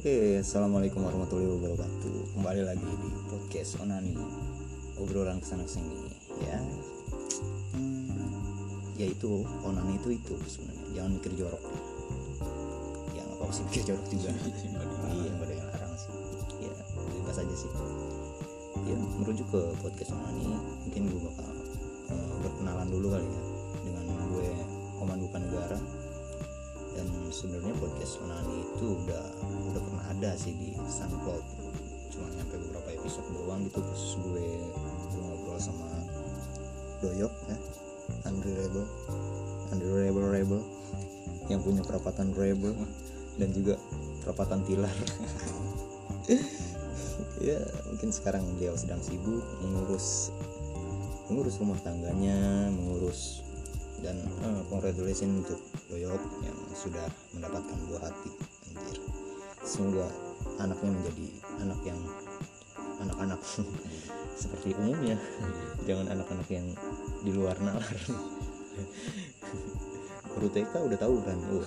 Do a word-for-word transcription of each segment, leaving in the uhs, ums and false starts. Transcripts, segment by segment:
Oke, assalamualaikum warahmatullahi wabarakatuh. Kembali lagi di podcast Onani, obrolan kesana sini, ya. Hmm, ya itu Onani itu itu sebenarnya. Jangan mikir jorok. Ya nggak apa-apa sih mikir jorok juga. Iya, nggak ada yang larang sih. Ya bebas aja sih. Ya merujuk ke podcast Onani, mungkin gue bakal uh, berkenalan dulu kali ya dengan gue Oman Bukan Negara. Dan sebenarnya podcast Onani itu udah udah pernah ada sih di SoundCloud, cuma nyampe beberapa episode doang gitu. Terus gue, gue ngobrol sama Doyok ya, Andrew Rebel Andrew Rebel Rebel yang punya perapatan Rebel dan juga perapatan Tilar. Ya mungkin sekarang dia sedang sibuk mengurus mengurus rumah tangganya, mengurus dan uh, congratulations untuk Doyok yang sudah mendapatkan buah hati. Anjir. Semoga anaknya menjadi anak yang anak-anak seperti umumnya, jangan anak-anak yang di luar nalar. Baru T K udah tahu kan. Oh.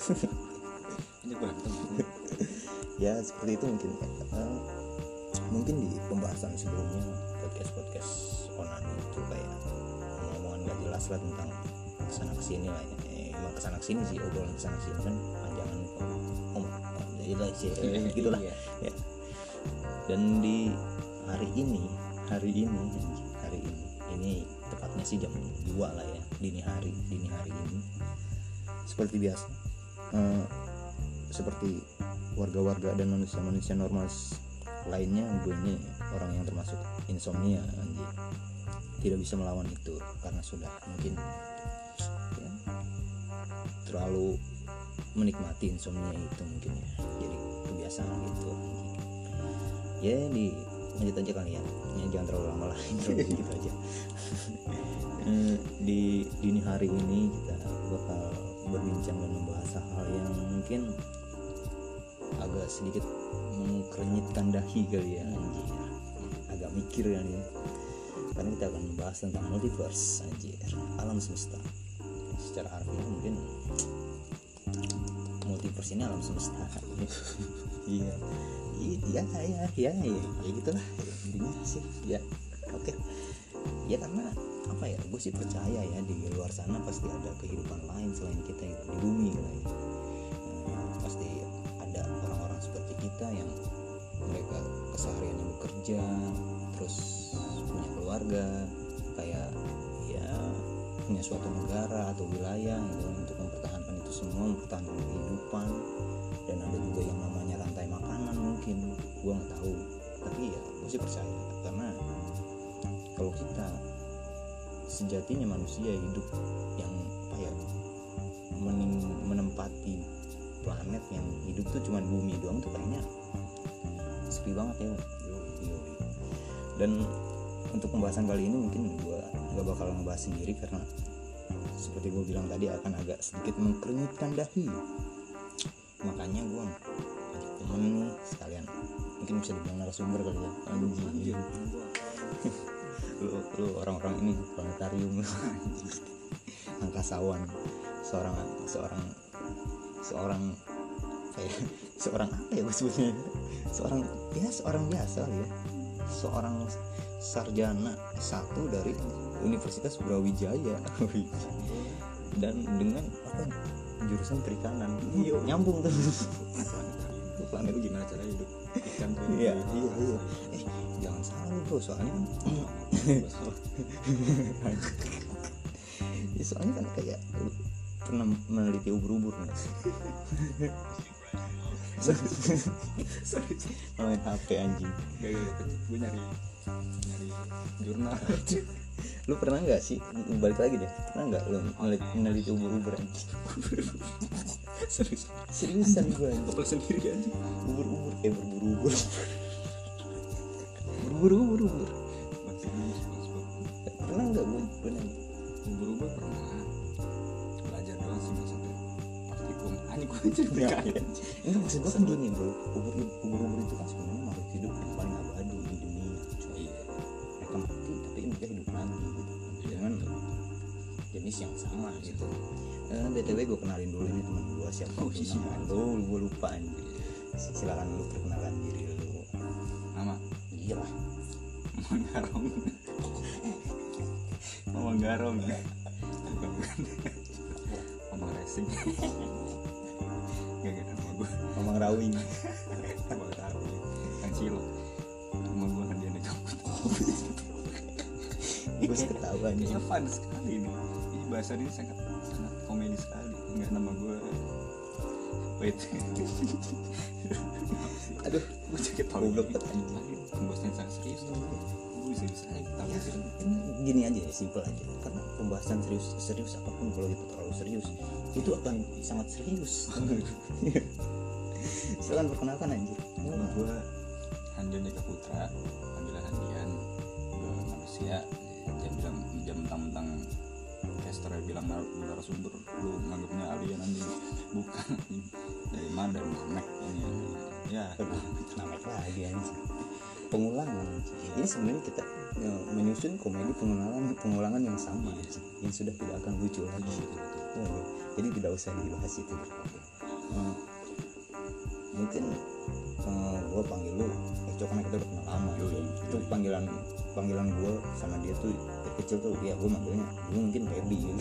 Ya seperti itu mungkin. Uh, mungkin di pembahasan sebelumnya podcast-podcast Onani itu kayak ngomong-ngomongan gak jelas lah tentang kesana kesini lah ya. Eh, emang kesana kesini sih, obrolan kesana kesini kan panjangan kok. Oh, jadi sih gitulah ya. Dan di hari ini, hari ini, hari ini, ini tepatnya sih jam dua lah ya, dini hari, dini hari ini. Seperti biasa, eh, seperti warga-warga dan manusia-manusia normal lainnya, gue ini orang yang termasuk insomnia, anjir. Tidak bisa melawan itu karena sudah mungkin ya, terlalu menikmati insomnia itu mungkin ya, jadi kebiasaan gitu. Ya di lanjut aja kali ya, ya jangan terlalu lama lah, gitu aja. Di dini hari ini kita bakal berbincang dan membahas hal yang mungkin agak sedikit mengkerenyitkan dahi kali ya, anjir. Agak mikir kan ya, karena kita akan membahas tentang multiverse, anjir, alam semesta. Secara harfiah mungkin multiverse ini alam semesta. Iya, iya, iya, iya, iya, ya gitulah intinya sih. Ya, oke. Ya karena apa ya? Gue sih percaya ya di luar sana pasti ada kehidupan lain selain kita yang di bumi lah ya. Hmm, pasti ada orang-orang seperti kita yang mereka kesehariannya bekerja, terus punya keluarga, kayak ya punya suatu negara atau wilayah gitu, untuk mempertahankan itu semua, mempertahankan kehidupan. Dan ada juga yang namanya rantai makanan, mungkin gue nggak tahu, tapi ya gue sih percaya karena kalau kita sejatinya manusia hidup yang apa ya, menim- menempati planet yang hidup tuh cuma bumi doang tuh kayaknya sepi banget ya. Dan untuk pembahasan kali ini mungkin gue gak bakal ngebahas sendiri karena seperti gue bilang tadi akan agak sedikit mengkerenyitkan dahi. Makanya gue ajak temen nih sekalian, mungkin bisa dibilang narasumber kali ya. Anjir. lu, lu orang-orang ini planetarium, angkasawan, seorang seorang seorang kayak seorang apa ya sebutnya, seorang ya seorang biasa ya, seorang sarjana satu dari Universitas Brawijaya dan dengan apa jurusan perikanan. Iyo. Nyambung tuh. Planet itu gimana cara hidup ikan tuh? Iya iya iya. Eh jangan salah bro, soalnya kan ya, soalnya kan kayak pernah meneliti ubur-ubur nggak sih? Sorry, main H P anjing. Gak, gak, gue nyari nyari jurnal. Lu pernah nggak sih, balik lagi deh, pernah nggak lu meneliti, meneliti ubur-ubur anjing? Serius, seriusan gue anjing. Apa sendiri anjing? Ubur-ubur, eh berburu-ubur, berburu-ubur. Pernah nggak gue pernah? Ubur-ubur pernah. Belajar doang sih maksudnya. Praktikum. Anjing gue jadi berkaya. Ini maksud gue kan gini bro, ubur-ubur itu kan sebenarnya makhluk hidup yang paling abadi di dunia. Iya. Mereka mati tapi mereka hidup lagi gitu, dengan jenis yang sama gitu. Eh, B T W gue kenalin dulu ini teman gue siapa. Oh, iya. Oh, gue lupa nih. silakan lu perkenalkan diri lu. Nama Iya lah. Mamang Garong. Mamang Garong ya. Bukan bukan. Mamang Racing. Gak gak nama gue. Mamang Rawing. Mamang Rawing. Kang Cilo. Nama gue kan dia naik kabut. Gue ketawa nih. Kayaknya fun sekali ini. Ini bahasa ini sangat sangat komedi sekali. Enggak, nama gue. Wait. Aduh, Gue sakit tau. goblok banget anjing. Pembahasan sangat serius tuh. Gue bisa bisa aja. Tapi Ya, kan gini aja ya, simple aja. Karena pembahasan serius serius apapun kalau kita terlalu serius itu akan sangat serius. Silakan perkenalkan anjir. nama gue Handian Eka Putra. Panggilan Handian. Gue manusia. Jangan bilang jangan mentang-mentang caster bilang nar- narasumber lu nganggapnya alien anjing. Bukan anjing. Dari mana? Dari Mac ini ya. Aduh, namek lagi anjir. Pengulangan. Ini sebenarnya kita ya, menyusun komedi pengulangan pengulangan yang sama anjir, yang sudah tidak akan lucu lagi. Ya, jadi tidak usah dibahas itu. Hmm, mungkin uh, gue panggil lu Eco karena kita udah kenal lama. Yoi, Itu, itu yoi. panggilan panggilan gue sama dia tuh dari kecil tuh ya gue manggilnya gue mungkin baby gitu.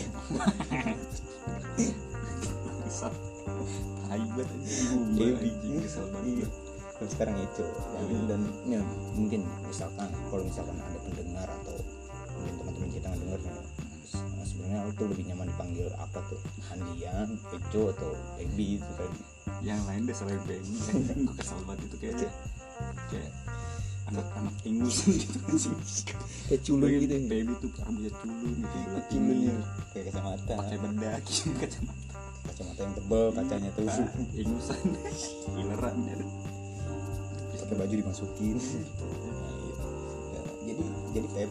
Bangsat. Tai banget anjing. Baby. Anjing kesel banget. Iya. Terus sekarang Eco dan, dan ya, mungkin misalkan kalau misalkan ada pendengar atau mungkin teman-teman kita yang dengar ya, se- sebenarnya lu tuh lebih nyaman dipanggil apa tuh, Handian, Eco atau baby itu tadi. Yang lain deh selain baby anjing. Gue kesel banget itu kayak Oke. kayak anak-anak ingusan gitu anjing. Kayak culun Baby- gitu ya. baby tuh rambutnya culun gitu, belah Culun tinggi, ya, kayak kacamata, pakai bedak kacamata, kacamata yang tebal, kacanya tuh ah, ingusan, gileran ya. pakai baju dimasukin. Nah, iya. Ya, jadi jadi Pep.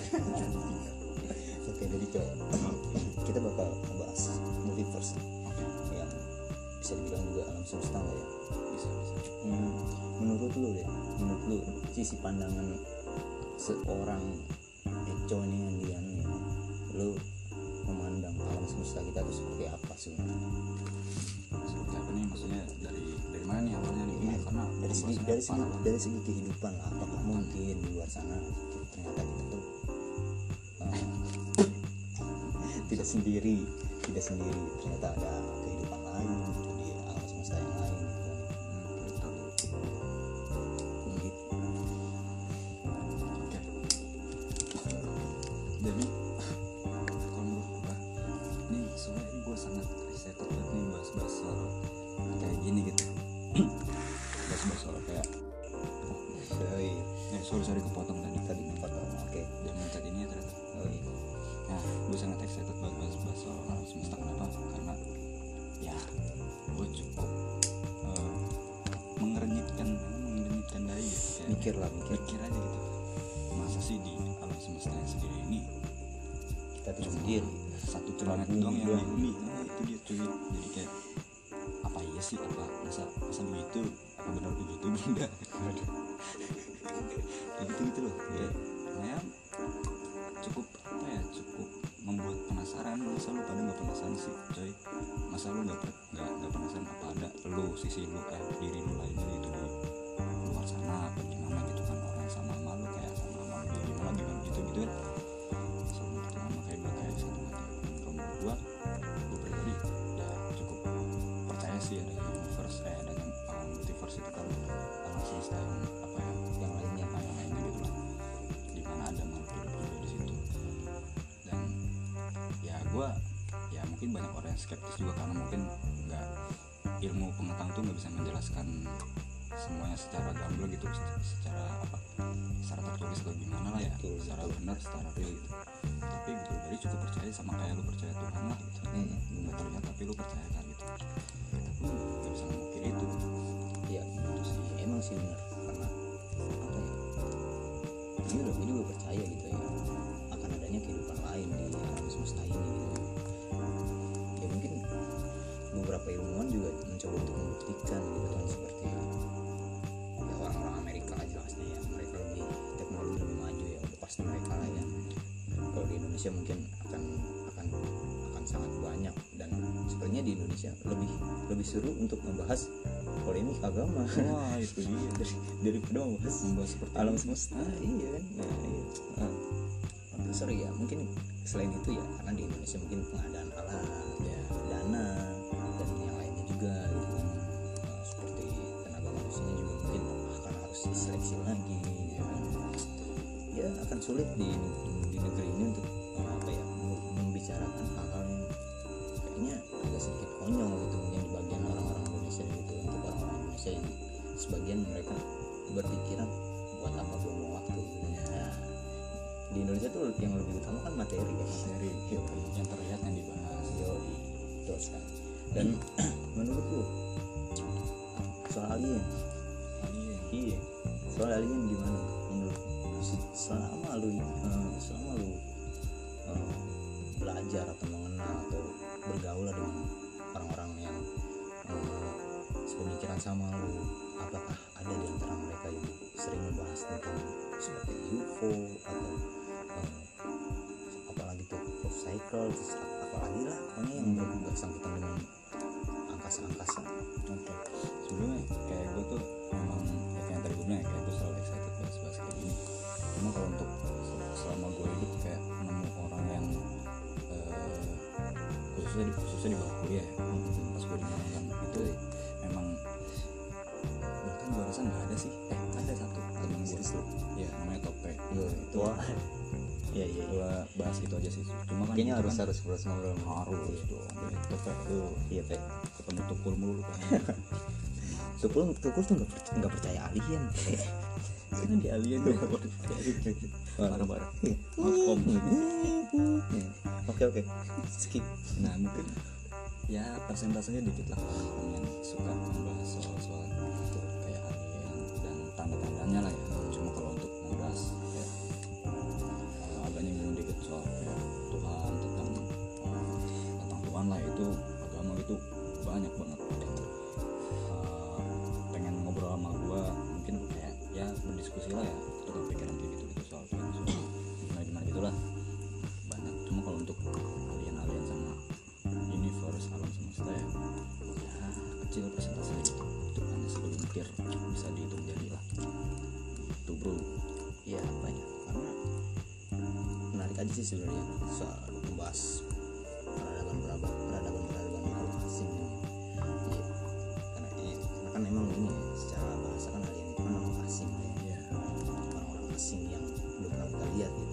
Oke, jadi cowok kita bakal ngebahas multiverse yang bisa dibilang juga alam semesta lah ya. Bisa bisa. Hmm, menurut lu deh, menurut lu sisi pandangan seorang Eco ini yang dia nih, lu memandang alam semesta kita itu seperti apa sebenarnya? Seperti apa nih maksudnya, dari dari mana nih awalnya nih? Ya, Karena dari segi pembahasannya dari segi parah banget. dari segi kehidupan lah, apakah mungkin di luar sana ternyata kita tuh uh, tidak sendiri, tidak sendiri, ternyata ada kehidupan lain gitu di alam semesta yang lain gitu kan. Hmm, betul. Gitu. Oke. Jadi kalau menurut gua nih sebenarnya gua sangat excited banget nih bahas-bahas soal kayak gini gitu. Bahas-bahas soal kayak Oh iya, ya sorry sorry kepotong tadi tadi potong. Oke. dia mencet ini ya ternyata. Oh iya. Nah, gue sangat excited banget bahas-bahas soal alam semesta. Kenapa? Karena ya gue cukup uh, mengernyitkan mengernyitkan daya gitu, kayak Mikir lah, mikir. mikir aja gitu. Masa sih di alam semesta yang sendiri ini Kita tuh sendiri. satu Cuma planet bumi doang yang doang. di bumi? Nah, itu dia cuy. Jadi kayak apa iya sih, apa masa masa begitu, apa benar begitu bunda? Kayak gitu gitu loh. Kayak ya cukup apa ya, cukup membuat penasaran. Masa lu pada nggak penasaran sih coy? Masa lu nggak per- nggak nggak penasaran apa ada lu sisi lu eh diri lu lainnya gitu di luar sana apa gimana gitu kan, orang yang sama sama lu kayak sama sama lu gimana gimana gitu gitu kan. Sama gitu sama kayak gue kayak gitu kan. Kalau menurut gua gue pribadi ya cukup percaya sih ada universe eh ada yang uh, multiverse itu kan, alam semesta yang apa ya Yang lainnya apa yang lainnya gitu lah, di mana ada makhluk hidup juga di situ. Dan ya gue ya mungkin banyak orang yang skeptis juga karena mungkin nggak, ilmu pengetahuan tuh nggak bisa menjelaskan semuanya secara gamblang gitu, secara apa, secara tertulis atau gimana lah ya, Betul, secara betul. benar, secara real gitu. Tapi gue pribadi cukup percaya, sama kayak lu percaya Tuhan lah gitu. Hmm. Lu nggak terlihat tapi lu percaya kan gitu. Kita pun nggak bisa mengukir itu gitu. Ya, itu sih emang sih benar, karena apa ya? Ini udah gue juga percaya gitu ya akan adanya kehidupan lain di alam semesta ini gitu. Ya mungkin beberapa ilmuwan juga mencoba untuk membuktikan gitu kan, seperti ya orang-orang Amerika jelasnya ya, mereka lebih teknologi lebih maju ya, udah pasti mereka lah ya. Kalau di Indonesia mungkin akan akan akan sangat banyak, dan sebenarnya di Indonesia lebih lebih seru untuk membahas polemik agama. Wah itu dia. dari daripada membahas Membahas seperti alam ini. semesta. Ah, iya kan, nah, iya. Ah. Untuk seru ya, mungkin selain itu ya karena di Indonesia mungkin pengadaan alat, Ya. dana dan yang lainnya juga gitu kan. Nah, seperti tenaga manusianya juga mungkin akan harus diseleksi lagi gitu kan. Ya akan sulit di, di negeri ini untuk uh, apa ya mem- membicarakan hal-hal yang kayaknya agak sedikit konyol gitu mungkin di bagian orang-orang Indonesia gitu, untuk orang-orang Indonesia yang sebagian mereka berpikiran buat apa buang waktu gitu. Nah, di Indonesia tuh yang lebih utama kan materi ya, materi yo, Yang terlihat yang dibahas. yo betul sekali. Dan menurut lu soal alien, Alien. iya soal alien gimana menurut lu? Selama lu uh, selama lu uh, belajar atau mengenal atau bergaul lah dengan orang-orang yang uh, sepemikiran sama lu, apakah ada di antara mereka yang sering membahas tentang seperti U F O atau uh, apalagi tuh life cycle, terus ap- apalagi lah pokoknya yang ber- bersangkutan dengan angkasa-angkasa. Oke. Sebelumnya kayak gue tuh memang ya kayak yang tadi gue bilang ya, kayak gue selalu excited bahas-bahas kayak gini. Cuma kalau untuk sel- selama gue hidup kayak nemu orang yang eh, khususnya di khususnya di bawah kuliah ya, pas gue di Malang kan itu memang bahkan gue rasa nggak ada sih. Eh ada satu temen gue, ya namanya Tope. Yo, Itu wah, iya iya. iya. gue bahas itu aja sih. Cuma kan Kayaknya itu harus kan harus harus ngobrol. harus dong. Jadi Tope tuh Iya teh. ketemu Tukul mulu kan. Tukul Tukul tuh nggak percaya, nggak percaya alien. Karena di alien tuh parah-parah. Maaf om. Oke oke. Skip. Nah mungkin ya persentasenya dikit lah orang-orang yang suka membahas soal-soal itu kayak alien dan tanda-tandanya lah ya. Cuma kalau untuk membahas ya, uh, agak nyinggung dikit soal kayak Tuhan, tentang uh, tentang Tuhan lah, itu agama itu banyak banget. Dan, uh, pengen ngobrol sama gua mungkin kayak ya berdiskusi lah ya, tukar pikiran kayak gitu gitu soal Tuhan, soal gimana gimana gitulah banyak. Cuma kalau untuk alien-alien sama universe alam semesta ya, ya kecil persentasenya gitu. Itu hanya segelintir bisa dihitung jari lah. Itu bro. Ya banyak karena menarik aja sih sebenarnya soal membahas peradaban peradaban peradaban peradaban makhluk asing ini. Iya. Karena ini karena kan emang ini ya, secara bahasa kan alien itu kan makhluk asing ya. Ya. Orang-orang asing yang belum pernah kita lihat gitu.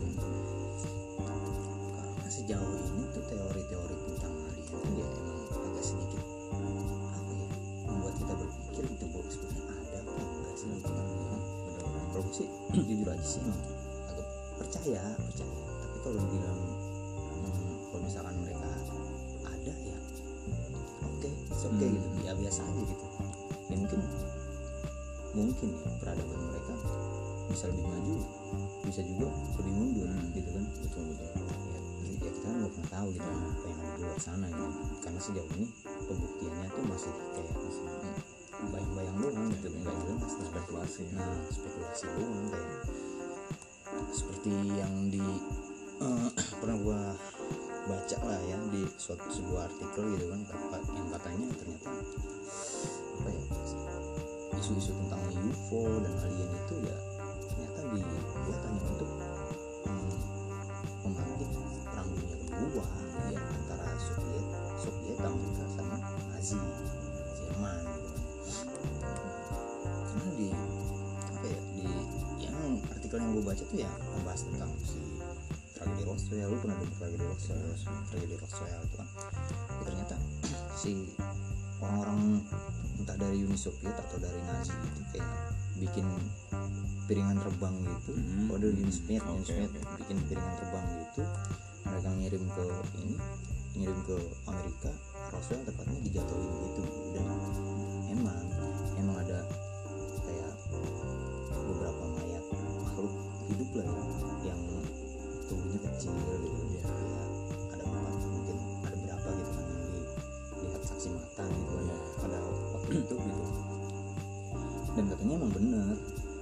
Karena sejauh ini tuh teori-teori tentang alien itu ya emang agak sedikit apa ya membuat kita berpikir gitu bahwa sebenarnya ada apa enggak sih gitu kan. Kalau gue sih jujur aja sih emang agak percaya percaya tapi kalau dibilang hmm, kalau misalkan mereka ada ya oke it's oke Hmm. gitu ya biasa aja gitu ya mungkin mungkin ya peradaban mereka bisa lebih maju bisa juga lebih mundur Hmm. gitu kan Betul betul. ya, ya kita kan nggak pernah tahu gitu kan apa yang ada di luar sana gitu karena sejauh ini pembuktiannya tuh masih kayak masih hmm, bayang-bayang doang gitu nggak jelas nah, Spekulasi. nah spekulasi doang kayak seperti yang di eh, pernah gua baca lah ya di suatu sebuah artikel gitu kan kata- yang katanya ternyata apa ya isu-isu tentang U F O dan alien itu ya ternyata dibuat hanya untuk hmm, memantik perang dunia kedua ya antara Soviet Soviet Amerika sama Nazi Jerman gitu kan. Karena di apa ya di yang artikel yang gue baca tuh ya membahas tentang si tragedi Roswell. Lu pernah dengar tragedi Roswell? Tragedi Roswell itu kan ya, ternyata si orang-orang entah dari Uni Soviet atau dari Nazi itu kayak bikin piringan terbang gitu. Hmm. Kode Uni Soviet, Uni Oke, Soviet oke. bikin piringan terbang gitu. Mereka ngirim ke ini, ngirim ke Amerika. Roswell tepatnya dijatuhin gitu. Dan emang emang ada kayak beberapa mayat makhluk hidup lah ya, yang tubuhnya kecil gitu ya, ya ada empat mungkin ada berapa gitu kan yang dilihat saksi mata gitu kan Ya. pada waktu itu gitu. Dan katanya emang bener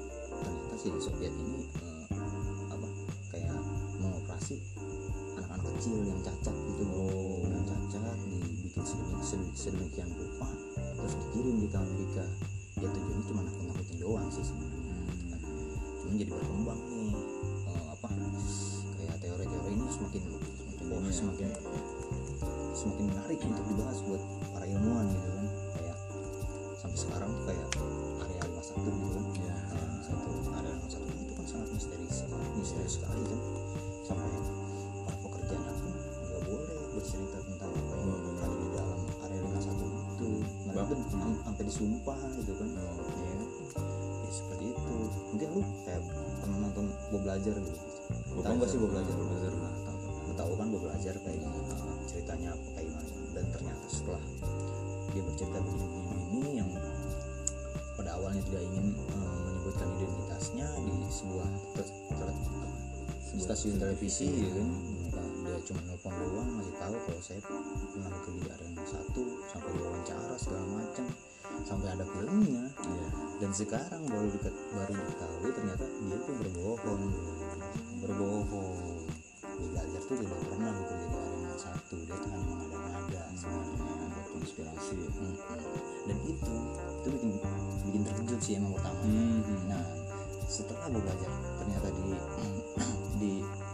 ternyata si Soviet ini eh, apa kayak mengoperasi anak-anak kecil yang cacat gitu, Oh. yang cacat dibikin sedemikian, sedemikian rupa terus dikirim di ke Amerika. Ya tujuannya cuma nakut-nakutin doang sih sebenarnya. Kan. Cuman jadi berkembang nih eh, apa kayak teori-teori ini semakin oh, Iya. semakin semakin menarik untuk dibahas buat para ilmuwan gitu kan. Kayak sampai sekarang tuh kayak area lima puluh satu gitu kan. Iya. Area lima puluh satu, area lima puluh satu itu kan sangat misterius, misterius sekali kan. Sampai para pekerjanya pun nggak boleh bercerita tentang apa yang Oh, benar. ada di dalam area lima puluh satu itu. Mereka Bah- tuh am- sampai disumpah gitu kan. Oh. Ya, ya seperti itu. Mungkin lu kayak pernah nonton Bob Belajar gitu. Tahu nggak sih Bob Belajar? Bob Belajar lah, tahu. Lu tahu kan Bob Belajar kayak gimana, uh, ceritanya apa kayak gimana. Dan ternyata setelah dia bercerita begini-begini yang pada awalnya tidak ingin uh, menyebutkan identitasnya di sebuah te- te- apa, stasiun televisi ya kan. Nah, dia cuma nelfon doang ngasih tahu kalau saya pernah bekerja di area satu sampai diwawancara segala macam sampai ada filmnya. Iya. Dan sekarang baru diket, baru diketahui ternyata dia tuh berbohong berbohong dia belajar tuh tidak pernah bekerja di area satu, dia tuh hanya mengada-ngada sebenarnya. Buat konspirasi ya. Mm-mm. Dan itu itu bikin bikin terkejut sih emang pertama. Hmm. Nah setelah gue belajar ternyata di di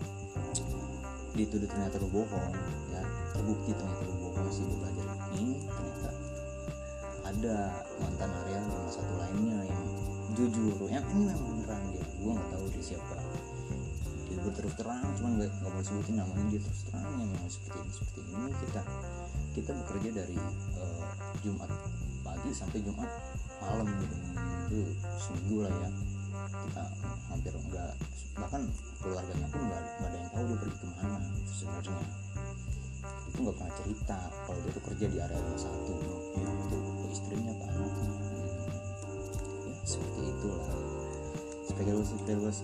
dituduh ternyata lu bohong ya, terbukti ternyata lu bohong sih gue belajar ini. Ternyata ada mantan area lima puluh satu lainnya yang jujur, yang ini memang beneran dia, gue nggak tahu dia siapa, dia berterus terang, cuman nggak nggak boleh sebutin namanya, dia terus terang yang memang seperti ini seperti ini kita kita bekerja dari uh, Jumat pagi sampai Jumat malam gitu, itu seminggu lah ya. Kita hampir enggak, bahkan keluarganya pun nggak nggak ada yang tahu dia pergi kemana itu sebenarnya. Itu nggak pernah cerita kalau dia tuh kerja di area lima puluh satu itu ke istrinya ke anaknya. Ya seperti itulah spekulasi spekulasi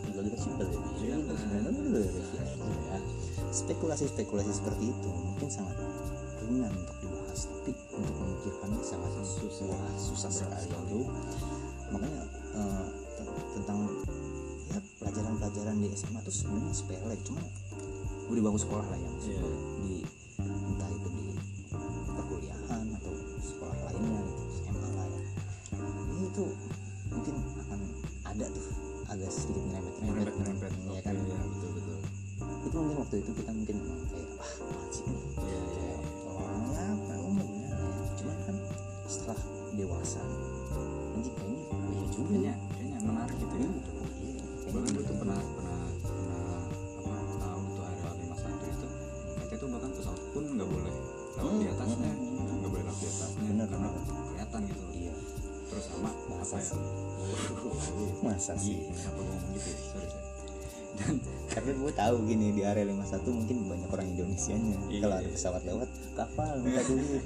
ya spekulasi spekulasi seperti itu mungkin sangat ringan untuk dibahas, tapi untuk memikirkannya sangat susah susah sekali itu. Makanya uh, t- tentang ya pelajaran-pelajaran di S M A tuh sebenarnya sepele, cuma gue di bangku sekolah lah ya, maksud gue. Di entah itu di perkuliahan atau sekolah lainnya gitu, S M A lah ya, ini itu mungkin akan ada tuh agak sedikit nyerempet-nyerempet Nyerempet-nyerempet. ya kan. Iya, betul betul. Itu mungkin waktu itu kita mungkin memang kayak ah apaan sih nih, Iya, iya. orangnya apa umumnya ya. Cuman kan setelah dewasa anjing kayaknya oh iya juga Kayaknya kayaknya menarik gitu ya. Bahkan gue tuh pernah pernah pernah apa tahu tuh area lima puluh satu itu kita tuh bahkan pesawat pun nggak boleh lewat di atasnya, nggak boleh lewat di atasnya Bener, karena bener. kelihatan gitu loh. iya Terus sama masa apa ya? sih masa sih Iya, kenapa gue ngomong gitu ya? Sorry sorry. Dan karena gue tahu gini di area lima puluh satu mungkin banyak orang Indonesianya. Iya. Kalau ada pesawat lewat kapal minta duit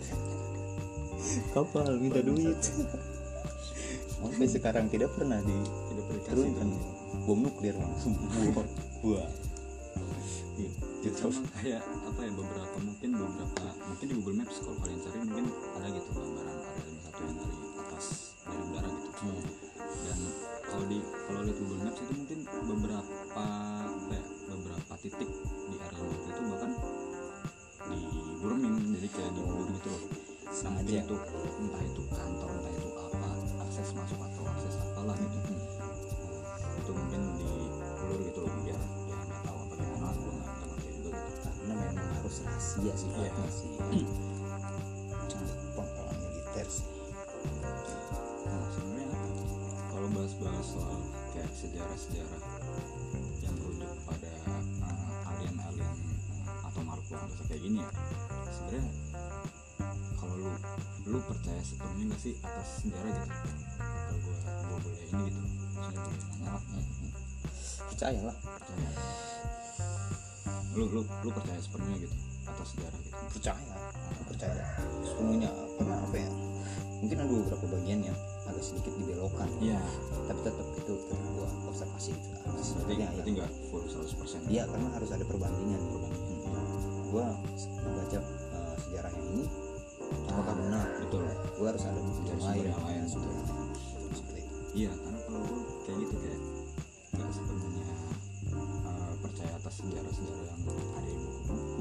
kapal minta duit sampai sekarang tidak pernah tidak berikan diturunkan bom nuklir langsung buah buah Itu emang kayak apa ya, beberapa mungkin beberapa mungkin di Google Maps kalau kalian cari mungkin ada gitu gambaran area lima puluh satu yang dari atas dari udara gitu. Hmm. Dan kalau di kalau lihat Google Maps itu mungkin beberapa apa ya, beberapa titik di area lima puluh itu bahkan diburemin, jadi kayak dibur gitu loh. Nah, Sengaja. itu entah itu kantor, entah itu apa, akses masuk atau akses apalah gitu. Itu mungkin diulur gitu loh biar ya nggak tahu apa gimana, gue nggak nggak ngerti juga gitu. Karena memang harus rahasia sih Iya. yeah. sih pengalaman militer sih. Nah, sebenarnya kalau bahas-bahas soal kayak sejarah-sejarah yang merujuk pada uh, alien-alien uh, atau makhluk luar angkasa kayak gini ya, sebenarnya kalau lu lu percaya sepenuhnya nggak sih atas sejarah gitu? Kalau gua gua boleh ini gitu, misalnya boleh nanya lah, Percayalah, percaya. Lu lu lu percaya sepenuhnya gitu atas sejarah gitu? percaya, percaya sepenuhnya. Karena apa ya? Mungkin ada beberapa bagian yang agak sedikit dibelokkan. Iya. Tapi tetap itu tetap gua observasi gitu. Berarti Sebenarnya berarti ya. nggak full seratus persen. Iya, karena harus ada perbandingan. Perbandingan. Gua membaca uh, sejarah yang ini apakah benar? Betul. Gua harus ada bukti yang Sumber lain. yang lain. Sumber yang lain. Seperti itu. Iya, karena kalau gue kayak gitu kayak nggak sepenuhnya uh, percaya atas sejarah-sejarah yang ada di buku-buku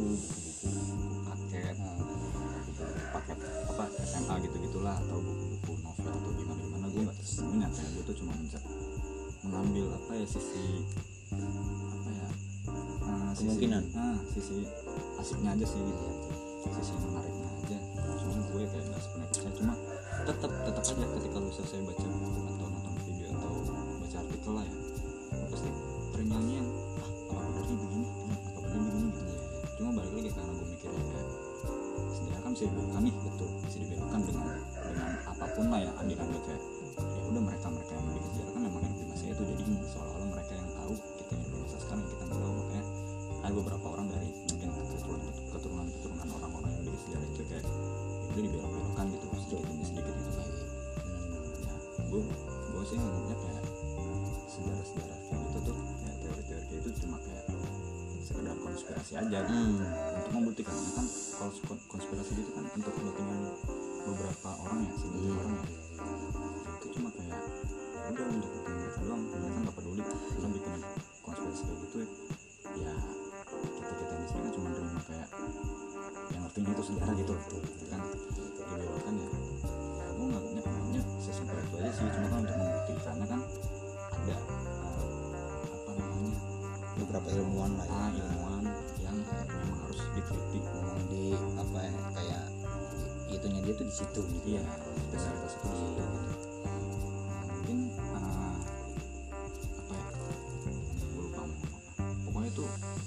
buku-buku buku paket buku paket apa S M A gitu gitulah atau buku-buku novel atau gimana gimana gue nggak semuanya kayak gue tuh cuma menca- mengambil apa ya sisi apa ya uh, Kemungkinan. sisi, uh, sisi asiknya aja sih gitu sisi menariknya aja cuma gue kayak nggak sepenuhnya percaya cuma tetap tetap aja ketika lu selesai baca buku atau nonton video atau baca artikel lah ya lu pasti ternyanyi yang ah apa benar nih begini hmm, apa benar begini gitu ya cuma balik lagi karena gue mikirnya kayak sebenarnya kan bisa dibelokkan nih betul bisa dibelokkan dengan dengan apapun lah ya andil-andil kayak ya udah mereka mereka yang lebih kejar kan memang yang di masa itu jadi seolah-olah mereka yang tahu kita yang di masa sekarang kita nggak tahu makanya ada beberapa orang dari mungkin keturunan keturunan keturunan orang-orang yang di sejarah itu kayak udah dibelok-belokkan gitu sedikit demi sedikit gitu kayak ya gue gue sih ngomongnya kayak sejarah-sejarah kayak gitu tuh kayak teori-teori kayak itu cuma kayak sekedar konspirasi aja gitu. Hmm. Untuk membuktikan kan kalau konspirasi gitu kan untuk kepentingan beberapa orang ya sebagian orang ya itu cuma kayak ya udah untuk kepentingan mereka doang mereka nggak peduli orang bikin konspirasi kayak gitu ya kita kita di sini kan cuma nerima kayak yang artinya itu sejarah gitu kan dibelokkan ya gue nganggapnya pengennya sesimpel itu aja sih cuma kan untuk membuktikannya kan ada uh, apa namanya Beberapa ilmuwan lah ya. ah ilmuwan yang memang harus diteliti Memang di apa ya, kayak itunya dia tuh di situ gitu. iya spesialitas itu di situ gitu. Nah, mungkin uh, apa ya gue lupa mau ngomong apa pokoknya itu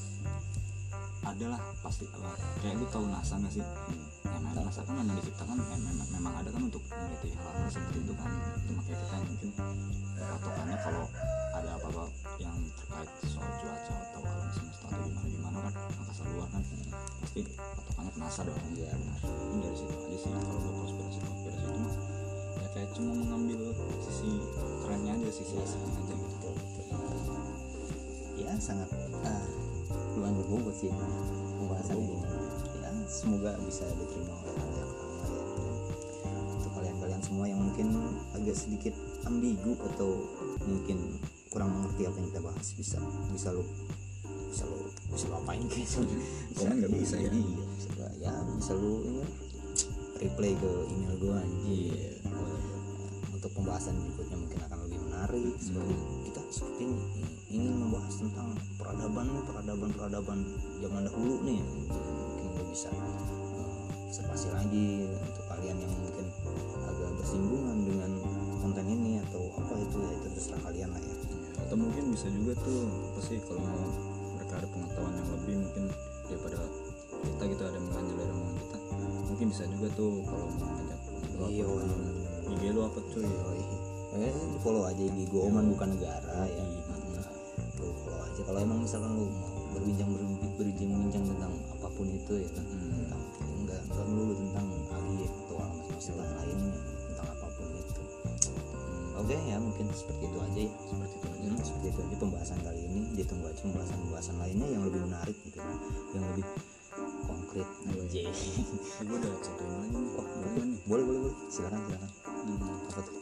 adalah pasti uh, kayak lu tahu NASA nggak sih hmm. nah, NASA kan memang diciptakan memang, memang ada kan untuk meneliti hal-hal seperti itu kan itu makanya kita mungkin patokannya kalau ada apa-apa yang terkait soal cuaca atau alam semesta atau gimana-gimana kan angkasa luar kan pasti patokannya ke NASA dong Iya benar. ini dari situ aja sih kalau gue konspirasi konspirasi itu mah ya kayak cuma mengambil sisi kerennya aja sisi asiknya aja gitu Betul, betul. Ya sangat ah, lumayan berbobot sih pembahasan ini. Ya semoga bisa diterima oleh kalian semua ya. Dan untuk kalian-kalian semua yang mungkin agak sedikit ambigu atau mungkin kurang mengerti apa yang kita bahas bisa bisa lo bisa lo bisa lo apain gitu. Komen nggak bisa ya? Iya, bisa lo, ya bisa lo ini reply ke email gue anjir. Untuk pembahasan berikutnya mungkin akan lebih menarik seperti kita seperti ini ingin membahas tentang peradaban peradaban peradaban zaman dahulu nih mungkin lo bisa uh, observasi lagi untuk kalian yang mungkin agak bersinggungan dengan konten ini atau apa itu ya itu terserah kalian lah ya. Atau mungkin bisa juga tuh apa sih kalau mau mereka ada pengetahuan yang lebih mungkin daripada kita gitu ada yang menganjur dari omongan kita mungkin bisa juga tuh kalau mau ngajak ngobrol Iya, apa iya. I G lu apa cuy Eh, follow aja di gue Oman bukan negara ya. Mantap. Lu follow aja kalau emang misalkan lu mau berbincang berbincang bincang tentang apapun itu ya kan Hmm. tentang enggak enggak melulu tentang alien atau alam semesta lainnya tentang apapun itu. Hmm. Oke ya mungkin seperti itu aja ya. Seperti itu aja Hmm, seperti itu aja pembahasan kali ini. Ditunggu aja pembahasan-pembahasan lainnya yang lebih menarik gitu kan. Yang lebih konkret aja. Eh, gue udah satu ini lagi nih Oh, boleh boleh, nih boleh boleh boleh. Silakan silakan. hmm. Apa tuh?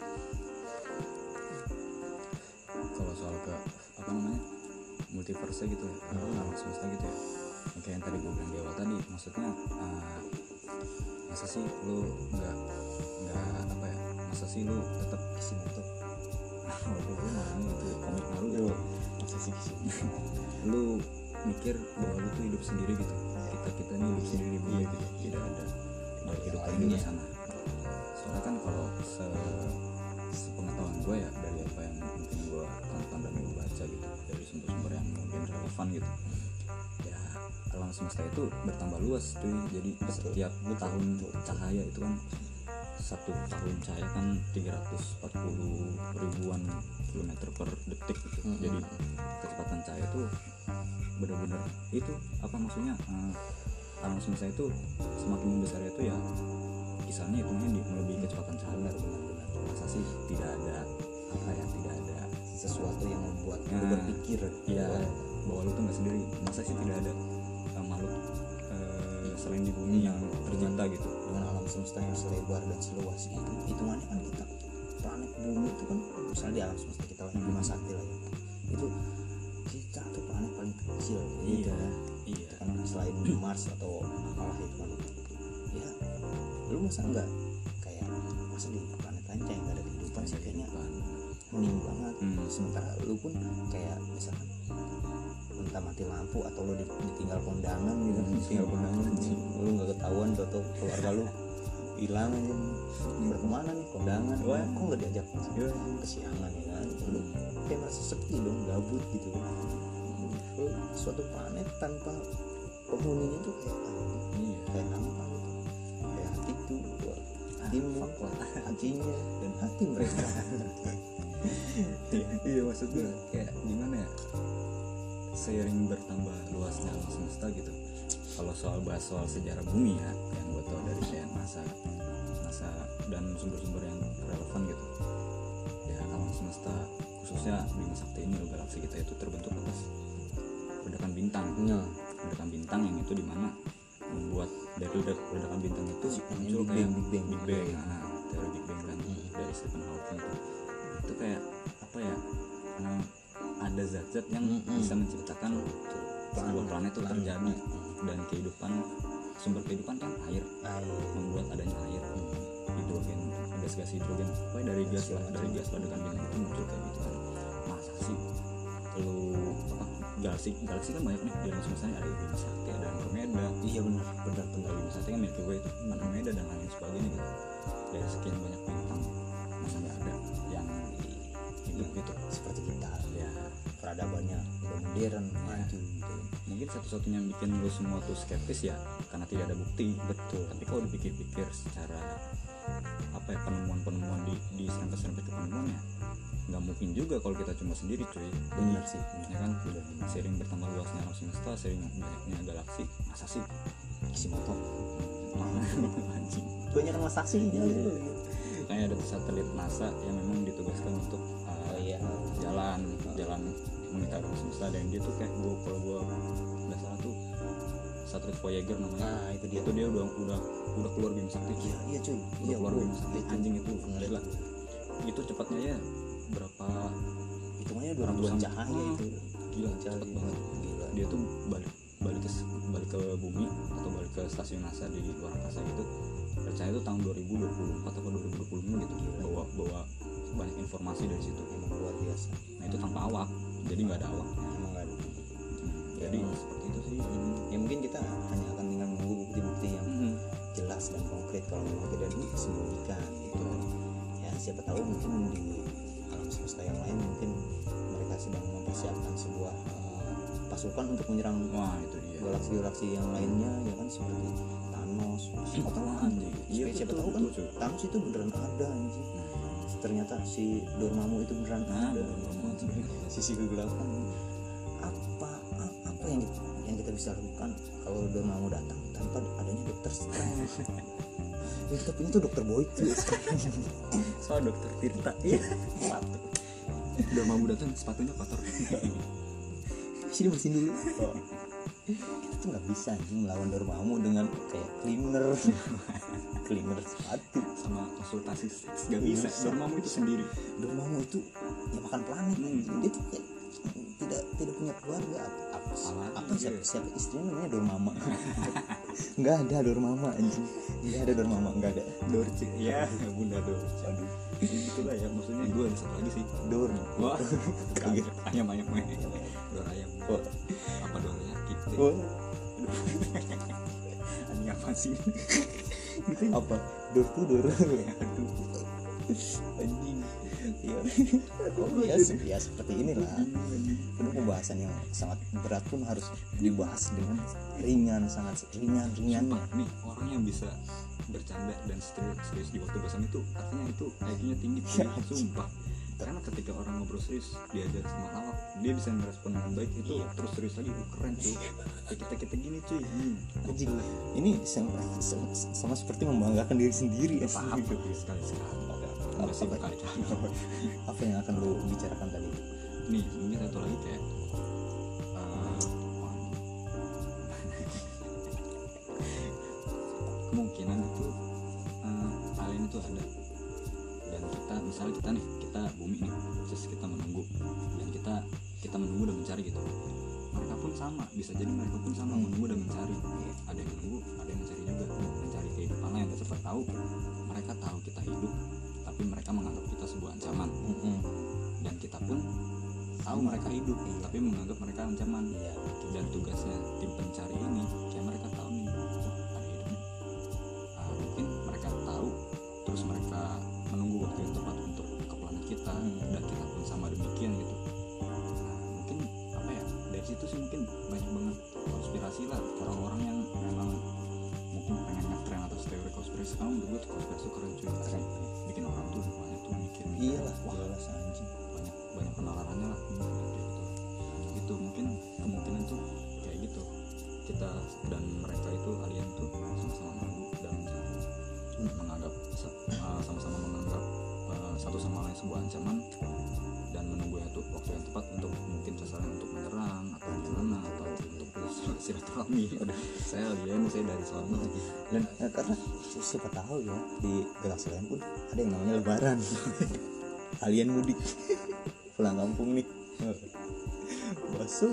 Kalau soal ke apa namanya multiverse gitu ya Hmm. alam semesta gitu ya yang kayak yang tadi gue bilang di awal tadi maksudnya uh, masa sih lu nggak nggak apa ya masa sih lu tetap Kishimoto. waduh gue mau itu komik Naruto masa sih lu mikir bahwa lu tuh hidup sendiri gitu kita kita nih hidup sendiri di bumi gitu tidak ada tidak ada hidup lain di luar sana soalnya kan kalau se sepengetahuan gue ya dari apa yang mungkin gue tonton dan gue baca gitu dari sumber-sumber yang mungkin relevan gitu ya alam semesta itu bertambah luas cuy jadi setiap tahun cahaya itu kan satu tahun cahaya kan tiga ratus empat puluh ribuan kilometer per detik gitu. Hmm. Jadi kecepatan cahaya itu benar-benar itu apa maksudnya uh, alam semesta itu semakin membesar itu ya kisahnya hitungnya di melebihi kecepatan cahaya benar-benar masa sih tidak ada apa ya tidak ada Sesuatu yang membuat lu Nah, berpikir ya bahwa lu tuh nggak sendiri masa sih tidak ada uh, makhluk uh, selain di bumi yang tercipta gitu dengan alam semesta yang selebar dan seluas itu hitungannya kan kita planet bumi itu kan misalnya di alam semesta kita lah Hmm. Bima Sakti lah ya itu kita tuh planet paling kecil gitu Iya, kan iya kan selain Mars atau apalah itu kan, ya lu masa enggak kayak masa di planet lain kayak nggak ada kehidupan sih, kayaknya hening banget. Hmm. Sementara lu pun kayak misalkan entah mati lampu atau lu ditinggal kondangan gitu, ditinggal kondangan lu nggak ketahuan atau keluarga lu hilang aja, berkemana nih kondangan, wah kok nggak diajak kesiangan ya kan, lu kayak merasa sepi dong, gabut gitu. Lu suatu planet tanpa penghuninya tuh kayak Iya. kayak hampa gitu, kayak hati tuh buat hatimu, hatinya dan hati mereka. Iya maksudnya kayak gimana ya, seiring bertambah luasnya alam semesta gitu. Kalau soal bahas soal sejarah bumi ya, yang gue tau dari kayak NASA NASA dan sumber-sumber yang relevan gitu ya, alam semesta khususnya Bima Sakti ini, galaksi kita itu terbentuk atas ledakan bintang. Nah, Ledakan bintang yang itu dimana membuat dari ledak- ledakan bintang itu muncul Big kayak Bang, Big Bang. Big Bang, nah, teori Big Bang kan dari Stephen Hawking itu. Itu kayak apa ya? eh, ada zat-zat yang Mm-mm. bisa menciptakan sebuah planet itu Planet. terjadi, dan kehidupan, sumber kehidupan kan air, air. membuat adanya air, hidrogen, gas-gas hidrogen, pokoknya dari gas lah, dari gas ledakan bintang itu muncul kayak gitu kan. Masa sih lu apa, galaksi galaksi kan banyak nih di alam semesta ini, ada Bima Sakti, ada Andromeda. Iya benar, benar benar. Bima Sakti kan Milky Way itu, Andromeda dan lain sebagainya gitu. Dari sekian banyak bintang, masa nggak ada yang hidup gitu Seperti kita ya. peradabannya udah modern, maju gitu. Mungkin satu-satunya yang bikin lu semua tuh skeptis ya karena tidak ada bukti. Betul. Tapi kalau dipikir-pikir secara apa ya, penemuan-penemuan di di serempet-serempet ke penemuannya, nggak mungkin juga kalau kita cuma sendiri cuy. Benar sih. Ya kan, sering bertambah luasnya alam semesta, sering banyaknya galaksi, masa sih Isi motor. anjing. Banyak kan saksinya. Kayak ada satelit NASA yang memang ditugaskan untuk uh, Oh iya. jalan jalan monitor alam semesta, dan dia tuh kayak gua, kalau gua nggak salah tuh satelit Voyager namanya. Nah, itu dia. Itu dia udah udah udah keluar Bima Sakti. Iya, iya cuy. Udah Iya, keluar bro. Bima Sakti. Itu Anjing itu ngeliat. gila. Itu cepatnya ya berapa Hitungannya dua ribuan Ratusan. cahaya Hmm. itu. gila Cahaya. cepet banget. Gila. Dia tuh balik balik ke balik ke bumi atau balik ke stasiun NASA di luar angkasa gitu. Percaya itu tahun dua ribu dua puluh empat atau dua ribu dua puluh lima gitu. Bawa bawa banyak informasi dari situ. Emang luar biasa. Nah itu tanpa awak, jadi nggak ada awak. Emang nggak ada. Jadi seperti itu sih. Ya mungkin kita hanya akan tinggal menunggu bukti-bukti yang Hmm. jelas dan konkret kalau memang tidak disembunyikan gitu kan. Ya siapa tahu mungkin di alam semesta yang lain mungkin mereka sedang mempersiapkan sebuah uh, pasukan untuk menyerang Wah itu dia. galaksi-galaksi yang lainnya ya kan, seperti Thanos. Siapa tahu kan? Anjing. Iya, Supaya siapa betul, tahu kan betul, cuy. Thanos itu beneran ada anjing. Ternyata si Dormammu itu beneran Nah, ada. Dormammu. Sisi kegelapan. Apa apa yang kita, yang kita bisa lakukan kalau Dormammu datang tanpa adanya Dokter Strange? Yang kita punya tuh Dokter Boyd tuh sekarang. Soal dokter Tirta. Iya. Udah mau datang sepatunya kotor. Sini bersihin dulu. Oh. Kita tuh nggak bisa anjing melawan Dormammu dengan kayak cleaner, cleaner sepatu. Sama konsultasi seks gak bisa. Dormammu itu sendiri. Dormammu itu ya makan planet Hmm. anjing. Dia tuh kayak tidak tidak punya keluarga. Apa Salah apa iya. siapa, siapa istrinya namanya Dormamma. Nggak ada Dormamma anjing. Nggak ada Dormamma, nggak ada. Dorce. Ya, Bunda Dorce. Aduh. Itulah ya, maksudnya gue ada satu lagi sih. Dor. Wah, kaget. Ayam ayam ayam. Dor ayam. Oh. Apa dor yakin? Oh. Anjing apa sih? Apa? Dor tuh dor. Aduh. Anjing. Iya. Ya, se- ya seperti inilah. Penuh pembahasan yang sangat berat pun harus dibahas dengan ringan, sangat ringan ringan. Sumpah, nih orang yang bisa bercanda dan serius, serius di waktu bosan itu artinya itu I Q-nya tinggi cuy. Sumpah, karena ketika orang ngobrol serius diajar sama awak, dia bisa merespon dengan baik itu. Iya. Terus serius lagi, uh, keren cuy. Kayak kita kita gini cuy. Hmm. Anjing. Ini sama, sama, sama seperti membanggakan diri sendiri ya. Paham sekali sekali. Apa, Masih apa, berkali-kali. apa yang akan lu bicarakan tadi? Nih mungkin satu lagi kayak uh, kemungkinan itu uh, alien itu ada, dan kita misalnya kita nih kita bumi nih, terus kita menunggu dan kita kita menunggu dan mencari gitu. Mereka pun sama, bisa jadi mereka pun sama menunggu dan mencari. Ada yang menunggu, ada yang mencari juga, mencari kehidupan lain. Dan siapa tahu mereka tahu kita hidup, tapi mereka menganggap kita sebuah ancaman. Mm-mm. Dan kita pun tahu mereka hidup, iya. tapi menganggap mereka ancaman. Iya. Dan tugasnya tim pencari ini, kayak mereka tahu nih, oh ada hidupnya. Nah, mungkin mereka tahu, terus mereka menunggu waktu yang tepat untuk ke planet kita, hmm. dan kita pun sama demikian gitu. Nah, mungkin apa ya? Dari situ sih mungkin banyak banget konspirasi lah orang-orang yang memang mungkin pengen ngetren atas teori konspirasi. Kalau menurut gue tuh konspirasi keren cuy, keren. Bikin orang tuh semuanya tuh mikir. Iya lah, wah anjing. Banyak banyak penalarannya lah. Hmm. Gitu mungkin kemungkinan tuh kayak gitu, kita dan mereka itu alien tuh sama-sama menunggu dan hmm. menganggap uh, sama-sama menganggap uh, satu sama lain sebuah ancaman dan menunggu itu waktu yang tepat untuk mungkin sasaran untuk menyerang atau gimana atau untuk silaturahmi. Saya alien, saya dari sana. Dan ya, karena siapa tahu ya di galaksi lain pun ada yang namanya lebaran. Alien mudik pulang kampung nih. Basu.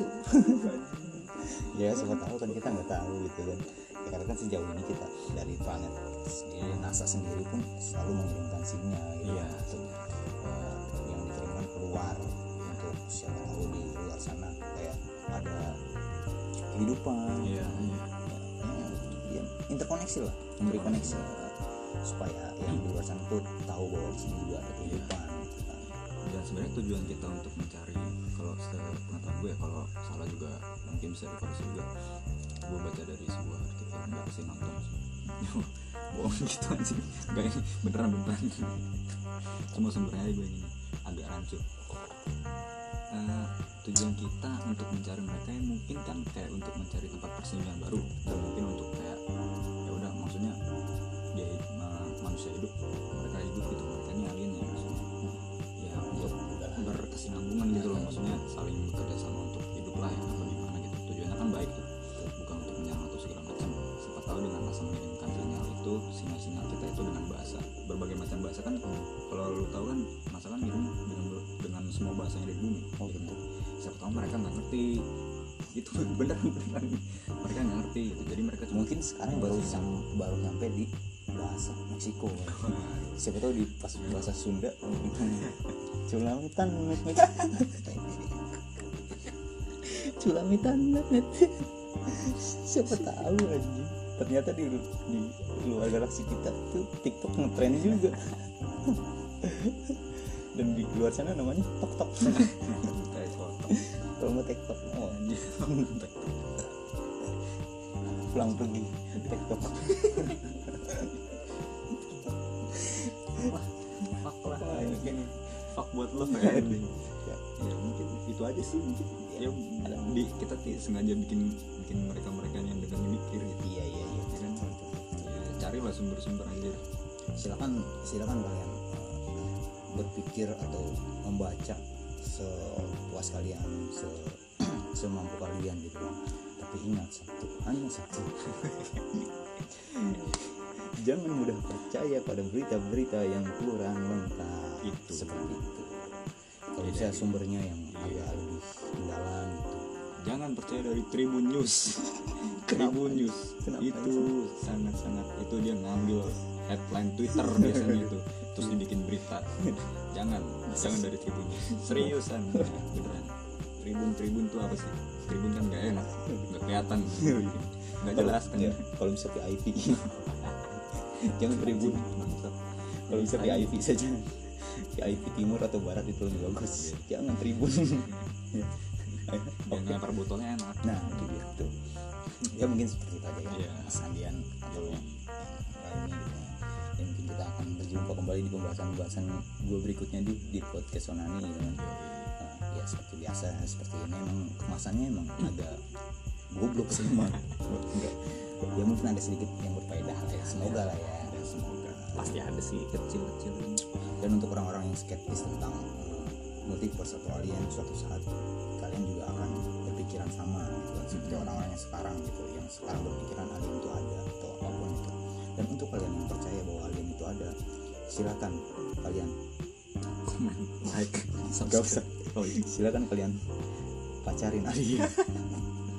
Ya siapa tahu kan, kita nggak tahu gitu kan ya, karena kan sejauh ini kita dari planet ya, NASA sendiri pun selalu mengirimkan sinyal gitu. Iya. uh, yang dikirimkan keluar untuk siapa tahu di luar sana kayak ada kehidupan. Iya, iya. Ya, ya, interkoneksi lah, memberi koneksi uh, supaya yang di luar sana tuh tahu bahwa di sini juga ada kehidupan. Dan sebenarnya tujuan kita untuk mencari, kalau sepengetahuan gue ya, kalau salah juga mungkin bisa dikoreksi juga. Gue baca dari sebuah artikel, nggak sih nonton bohong gitu aja, nggak ini beneran beneran cuma sumbernya gue ini agak rancu. Uh, tujuan kita untuk mencari mereka yang mungkin kan kayak untuk mencari tempat persembunyian baru, dan mungkin untuk kayak ya udah maksudnya dia uh, manusia hidup, mereka hidup gitu, mereka ini alien ya maksudnya ya untuk berkesinambungan gitu loh, maksudnya saling bekerja sama untuk hidup lah ya atau gimana gitu. Tujuannya kan baik tuh, bukan untuk menyerang atau segala macam. Siapa tahu dengan masa mengirimkan sinyal itu, sinyal-sinyal kita itu dengan bahasa berbagai macam bahasa kan. Kalau lu tahu kan masa kan ngirim dengan dengan semua bahasa yang ada di bumi. Oh gitu. Siapa tahu mereka nggak ngerti itu beneran beneran mereka nggak ngerti gitu, jadi mereka cuma mungkin sekarang baru sam, baru sampai di bahasa Meksiko. Siapa tahu di pas bahasa Sunda culamitan culamitan net. Siapa tahu aja, ternyata di, di luar galaksi kita tuh TikTok ngetrend juga. Dan di luar sana namanya tok tok. Kalau mau TikTok oh pulang pergi TikTok. Fuck lah, ini fuck buat lo ya. Ya mungkin itu aja sih, mungkin ya di kita sih sengaja bikin bikin mereka mereka yang dengar mikir gitu. Iya iya iya ya kan. Ya, carilah sumber-sumber aja. Silakan silakan kalian uh, berpikir atau membaca sepuas kalian, se semampu kalian gitu kan. Tapi ingat satu, hanya satu. Jangan mudah percaya pada berita-berita yang kurang lengkap. Itu seperti itu. Kalau bisa sumbernya yang agak lebih mendalam gitu. Jangan percaya dari Tribun News. Tribun News Kenapa itu sangat-sangat itu dia ngambil headline Twitter biasanya itu terus dibikin berita. Jangan, jangan dari Tribun News. Seriusan, beneran. Tribun Tribun tuh apa sih? Tribun kan nggak enak, nggak kelihatan, nggak jelas kan. Ya, kalau bisa V I P. Jangan Tribun. Kalau bisa V I P saja. V I P timur atau barat itu lebih bagus. Jangan Tribun. Yang lempar botolnya enak. Nah itu dia tuh. Ya mungkin seperti itu aja ya, yeah. Mas Andian atau yang lainnya gitu. Dan mungkin kita akan berjumpa kembali di pembahasan-pembahasan gue berikutnya di di podcast Onani gitu kan. Nah, ya seperti biasa seperti ini emang kemasannya emang agak goblok sih emang. Enggak. Ya mungkin ada sedikit yang berfaedah lah ya. Semoga lah ya. Semoga. Pasti ada sih kecil-kecil. Dan untuk orang-orang yang skeptis tentang uh, multiverse atau alien, suatu saat kalian juga akan berpikiran sama gitu kan, seperti orang-orang yang sekarang gitu, yang sekarang berpikiran alien itu ada atau apapun itu. Dan untuk kalian yang percaya bahwa alien itu ada, silakan kalian komen, like, subscribe. Oh, silakan kalian pacarin alien.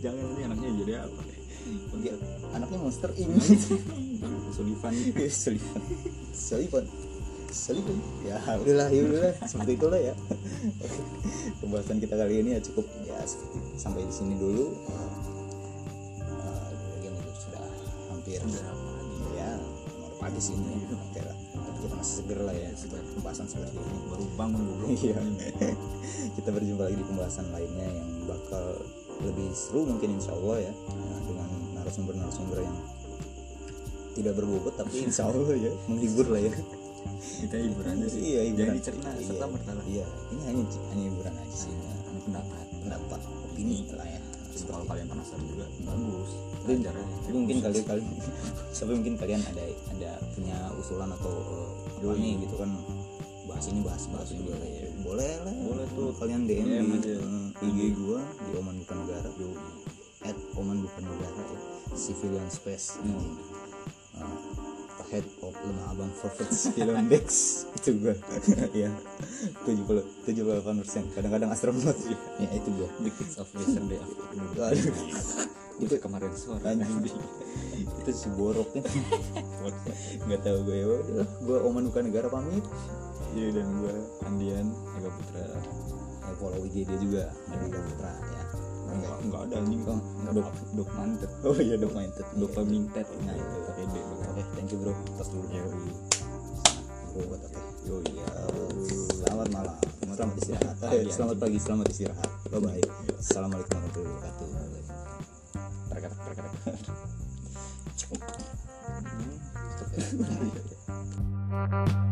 Jangan nanti anaknya jadi apa? Dia, anaknya Monster Inc. Sullivan. Sullivan Sullivan Sullivan ya udahlah ya udahlah seperti itulah ya. Pembahasan kita kali ini ya cukup ya seperti, sampai di sini dulu. Uh, uh, sudah hampir ya mau pagi sih ini oke lah, tapi kita masih seger lah ya setelah pembahasan seperti ini. Baru bangun goblok. Iya. Kita berjumpa lagi di pembahasan lainnya yang bakal lebih seru mungkin insya Allah ya, nah, dengan narasumber-narasumber yang tidak berbobot tapi insya Allah ya menghibur lah ya. Kita hibur aja sih. Iya, hiburan. Jangan dicerna Iya, serta merta. Iya, ini hanya hanya hiburan aja sih. Ini pendapat, Pendapat, opini lah ya. kalau kalian penasaran juga bagus. Tapi, Belajar aja. tapi mungkin kalian kalian tapi mungkin kalian ada ada punya usulan atau uh, apa nih gitu kan, bahas ini bahas bahas ini boleh ya. Boleh lah. Boleh tuh. Kalian D M D M di aja. uh, I G gua di Oman Bukan Negara. Yo. at Oman Bukan Negara ya. Civilian Space. Hmm. Uh, head of Lemah Abang Forfeit Film Dex itu gue ya tujuh puluh delapan persen kadang-kadang astronot ya itu gue The Kids of Yesterday Afternoon. Aduh. Itu kemarin sore. Anjing. Itu si borok kan nggak tahu gue ya udah gue Oman Bukan Negara pamit. Iya, dan gue Andian Ega Putra. Ya follow I G dia juga Ega Putra ya. Enggak, enggak ada anjing. Oh, enggak Dok, dok mantet. Oh iya dok mantet. Dok mintet. Nah itu Pakai D. oke thank you bro tos dulu Yo. gue buat oke Yo iya. selamat malam selamat istirahat eh, selamat pagi selamat istirahat bye bye assalamualaikum warahmatullahi wabarakatuh. Terkadang terkadang. Cukup.